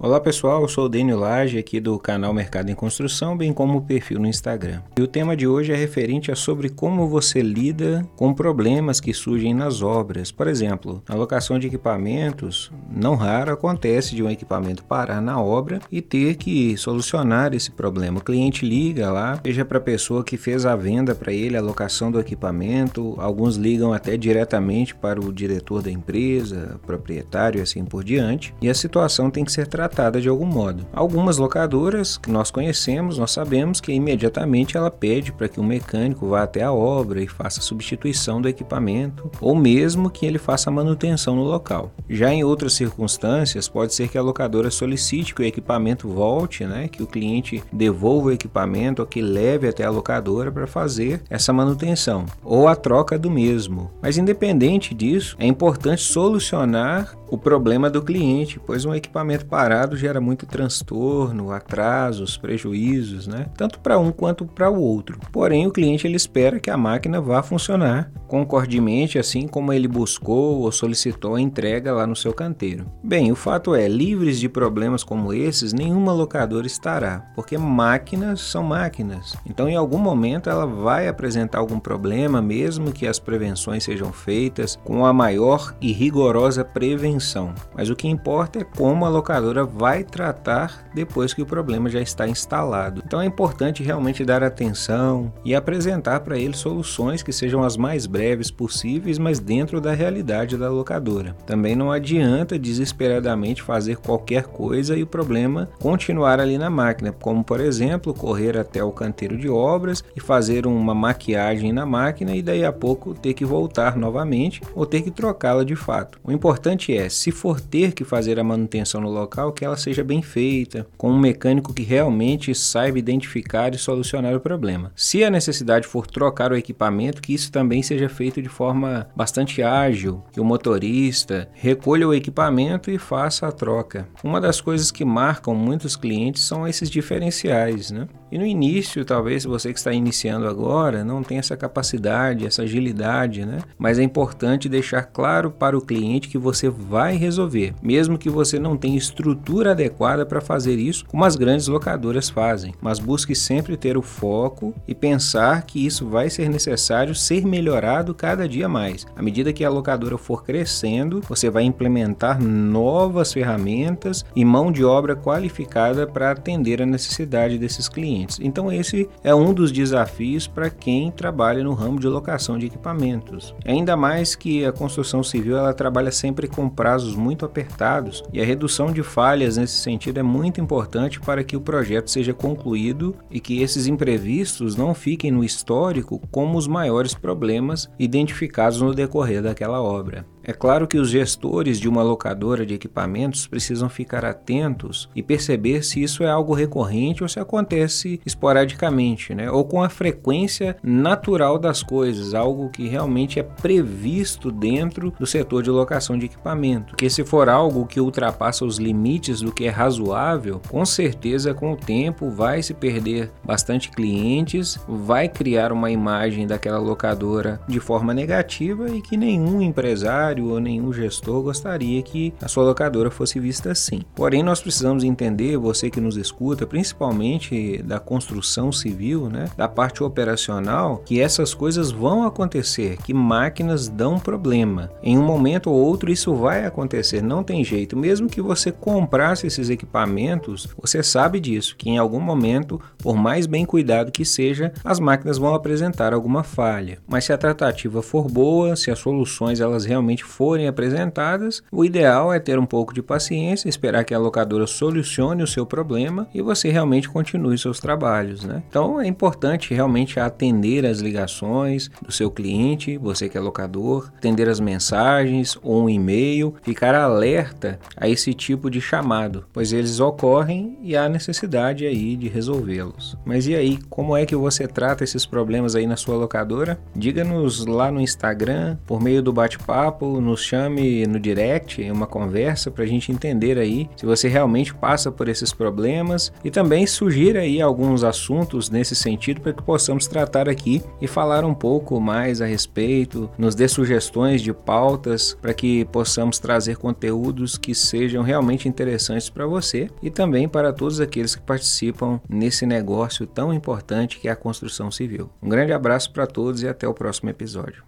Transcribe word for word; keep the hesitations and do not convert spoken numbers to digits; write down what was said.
Olá pessoal, eu sou o Dênio Lage aqui do canal Mercado em Construção, bem como o perfil no Instagram. E o tema de hoje é referente a sobre como você lida com problemas que surgem nas obras. Por exemplo, a locação de equipamentos, não raro acontece de um equipamento parar na obra e ter que solucionar esse problema. O cliente liga lá, seja para a pessoa que fez a venda para ele, a locação do equipamento, alguns ligam até diretamente para o diretor da empresa, proprietário e assim por diante, e a situação tem que ser tratada de algum modo. Algumas locadoras que nós conhecemos, nós sabemos que imediatamente ela pede para que o mecânico vá até a obra e faça a substituição do equipamento, ou mesmo que ele faça a manutenção no local. Já em outras circunstâncias, pode ser que a locadora solicite que o equipamento volte, né, que o cliente devolva o equipamento ou que leve até a locadora para fazer essa manutenção, ou a troca do mesmo. Mas independente disso, é importante solucionar o problema do cliente, pois um equipamento parado gera muito transtorno, atrasos, prejuízos, né? Tanto para um quanto para o outro. Porém, o cliente ele espera que a máquina vá funcionar concordemente, assim como ele buscou ou solicitou a entrega lá no seu canteiro. Bem, o fato é, livres de problemas como esses, nenhuma locadora estará, porque máquinas são máquinas. Então, em algum momento, ela vai apresentar algum problema, mesmo que as prevenções sejam feitas com a maior e rigorosa prevenção. Mas o que importa é como a locadora vai tratar depois que o problema já está instalado. Então é importante realmente dar atenção e apresentar para ele soluções que sejam as mais breves possíveis, mas dentro da realidade da locadora. Também não adianta desesperadamente fazer qualquer coisa e o problema continuar ali na máquina, como por exemplo, correr até o canteiro de obras e fazer uma maquiagem na máquina e daí a pouco ter que voltar novamente ou ter que trocá-la de fato. O importante é, se for ter que fazer a manutenção no local, que ela seja bem feita, com um mecânico que realmente saiba identificar e solucionar o problema. Se a necessidade for trocar o equipamento, que isso também seja feito de forma bastante ágil, que o motorista recolha o equipamento e faça a troca. Uma das coisas que marcam muitos clientes são esses diferenciais, né? E no início, talvez você que está iniciando agora não tenha essa capacidade, essa agilidade, né? Mas é importante deixar claro para o cliente que você vai resolver, mesmo que você não tenha estrutura adequada para fazer isso, como as grandes locadoras fazem. Mas busque sempre ter o foco e pensar que isso vai ser necessário ser melhorado cada dia mais. À medida que a locadora for crescendo, você vai implementar novas ferramentas e mão de obra qualificada para atender a necessidade desses clientes. Então esse é um dos desafios para quem trabalha no ramo de locação de equipamentos. Ainda mais que a construção civil ela trabalha sempre com prazos muito apertados e a redução de falhas nesse sentido é muito importante para que o projeto seja concluído e que esses imprevistos não fiquem no histórico como os maiores problemas identificados no decorrer daquela obra. É claro que os gestores de uma locadora de equipamentos precisam ficar atentos e perceber se isso é algo recorrente ou se acontece esporadicamente, né? Ou com a frequência natural das coisas, algo que realmente é previsto dentro do setor de locação de equipamento. Porque se for algo que ultrapassa os limites do que é razoável, com certeza com o tempo vai se perder bastante clientes, vai criar uma imagem daquela locadora de forma negativa e que nenhum empresário ou nenhum gestor gostaria que a sua locadora fosse vista assim. Porém, nós precisamos entender, você que nos escuta, principalmente da construção civil, né, da parte operacional, que essas coisas vão acontecer, que máquinas dão problema. Em um momento ou outro isso vai acontecer, não tem jeito. Mesmo que você comprasse esses equipamentos, você sabe disso, que em algum momento, por mais bem cuidado que seja, as máquinas vão apresentar alguma falha. Mas se a tratativa for boa, se as soluções elas realmente forem apresentadas, o ideal é ter um pouco de paciência, esperar que a locadora solucione o seu problema e você realmente continue seus trabalhos, né? Então é importante realmente atender as ligações do seu cliente, você que é locador, atender as mensagens ou um e-mail, ficar alerta a esse tipo de chamado, pois eles ocorrem e há necessidade aí de resolvê-los. Mas e aí, como é que você trata esses problemas aí na sua locadora? Diga-nos lá no Instagram, por meio do bate-papo ou nos chame no direct, em uma conversa, para a gente entender aí se você realmente passa por esses problemas e também sugira aí alguns assuntos nesse sentido para que possamos tratar aqui e falar um pouco mais a respeito, nos dê sugestões de pautas para que possamos trazer conteúdos que sejam realmente interessantes para você e também para todos aqueles que participam nesse negócio tão importante que é a construção civil. Um grande abraço para todos e até o próximo episódio.